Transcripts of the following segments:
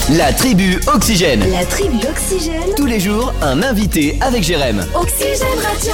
La tribu Oxygène. La tribu Oxygène. Tous les jours, un invité avec Jérém. Oxygène Radio.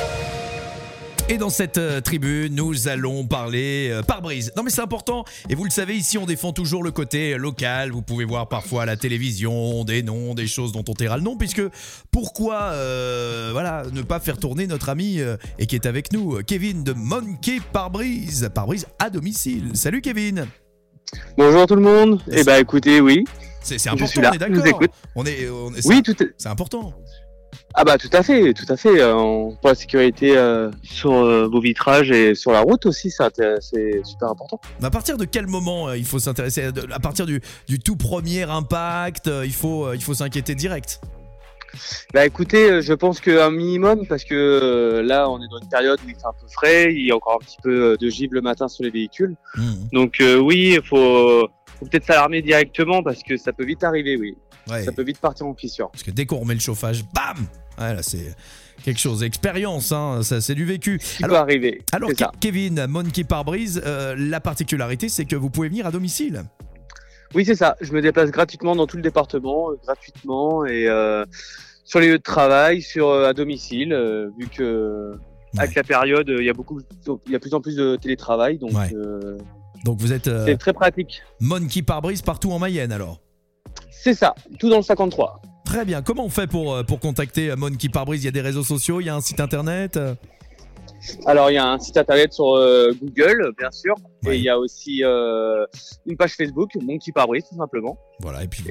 Et dans cette tribu, nous allons parler pare-brise. Non mais c'est important, et vous le savez, ici on défend toujours le côté local. Vous pouvez voir parfois à la télévision des noms, des choses dont on taira le nom, puisque pourquoi ne pas faire tourner notre ami et qui est avec nous, Kevin de Monkey Pare-brise. Pare-brise à domicile. Salut Kevin. Bonjour tout le monde. Eh ben écoutez, oui. C'est important, suis là, on est je vous d'accord. écoute. Oui, c'est important. Ah bah tout à fait. Pour la sécurité sur vos vitrages et sur la route aussi, c'est super important. À partir de quel moment il faut s'intéresser à partir du tout premier impact, il faut s'inquiéter direct. Bah écoutez, je pense qu'un minimum, parce que là on est dans une période où il fait un peu frais, il y a encore un petit peu de givre le matin sur les véhicules. Donc oui, il faut peut-être s'alarmer directement parce que ça peut vite arriver, oui. Ouais. Ça peut vite partir en fissure. Parce que dès qu'on remet le chauffage, bam, ouais, là c'est quelque chose. Expérience, hein, ça c'est du vécu. Ça peut arriver. Alors c'est ça. Kevin, Monkey Pare-brise, la particularité c'est que vous pouvez venir à domicile. Oui, c'est ça. Je me déplace gratuitement dans tout le département, gratuitement, et sur les lieux de travail, à domicile, vu que avec la période, il y a de plus en plus de télétravail, donc Donc vous êtes c'est très pratique. Monkey Pare-brise partout en Mayenne alors. C'est ça, tout dans le 53. Très bien. Comment on fait pour contacter Monkey Pare-brise? Il y a des réseaux sociaux, il y a un site internet. Alors il y a un site internet sur Google, bien sûr, et il y a aussi une page Facebook, Monkey Pare-brise tout simplement. Voilà, et puis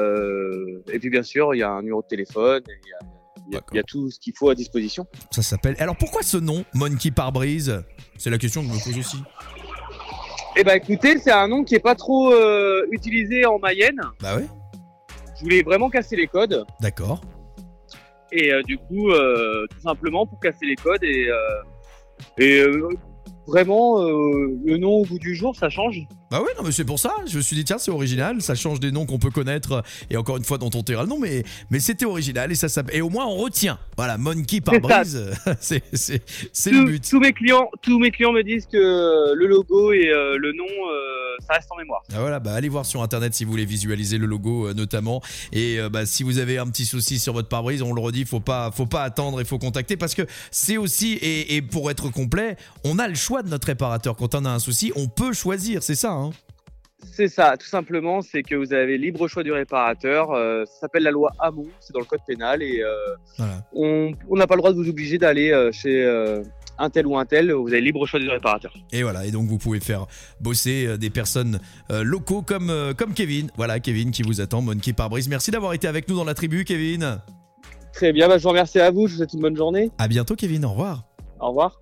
bien sûr il y a un numéro de téléphone, il y a tout ce qu'il faut à disposition. Ça s'appelle. Alors pourquoi ce nom, Monkey Pare-brise? C'est la question que je me pose aussi. Eh ben écoutez, c'est un nom qui est pas trop utilisé en Mayenne. Bah ouais. Je voulais vraiment casser les codes. D'accord. Et du coup, tout simplement pour casser les codes vraiment, le nom au bout du jour, ça change. Bah ouais, non mais c'est pour ça, je me suis dit tiens c'est original, ça change des noms qu'on peut connaître et encore une fois dont on taira le nom, mais c'était original et au moins on retient. Voilà, Monkey Pare-brise, c'est le but. Tous mes clients me disent que le logo et le nom, ça reste en mémoire. Ah voilà, bah allez voir sur internet si vous voulez visualiser le logo notamment, et si vous avez un petit souci sur votre pare-brise, on le redit, faut pas attendre, il faut contacter parce que c'est aussi, et pour être complet, on a le choix de notre réparateur. Quand on a un souci, on peut choisir, c'est ça hein. C'est ça, tout simplement, c'est que vous avez libre choix du réparateur. Ça s'appelle la loi Hamon, c'est dans le code pénal, et voilà. On n'a pas le droit de vous obliger d'aller chez un tel ou un tel. Vous avez libre choix du réparateur. Et voilà, et donc vous pouvez faire bosser des personnes locaux comme Kevin. Voilà, Kevin qui vous attend, Monkey Pare-brise. Merci d'avoir été avec nous dans la tribu, Kevin. Très bien, je vous remercie à vous. Je vous souhaite une bonne journée. À bientôt, Kevin. Au revoir. Au revoir.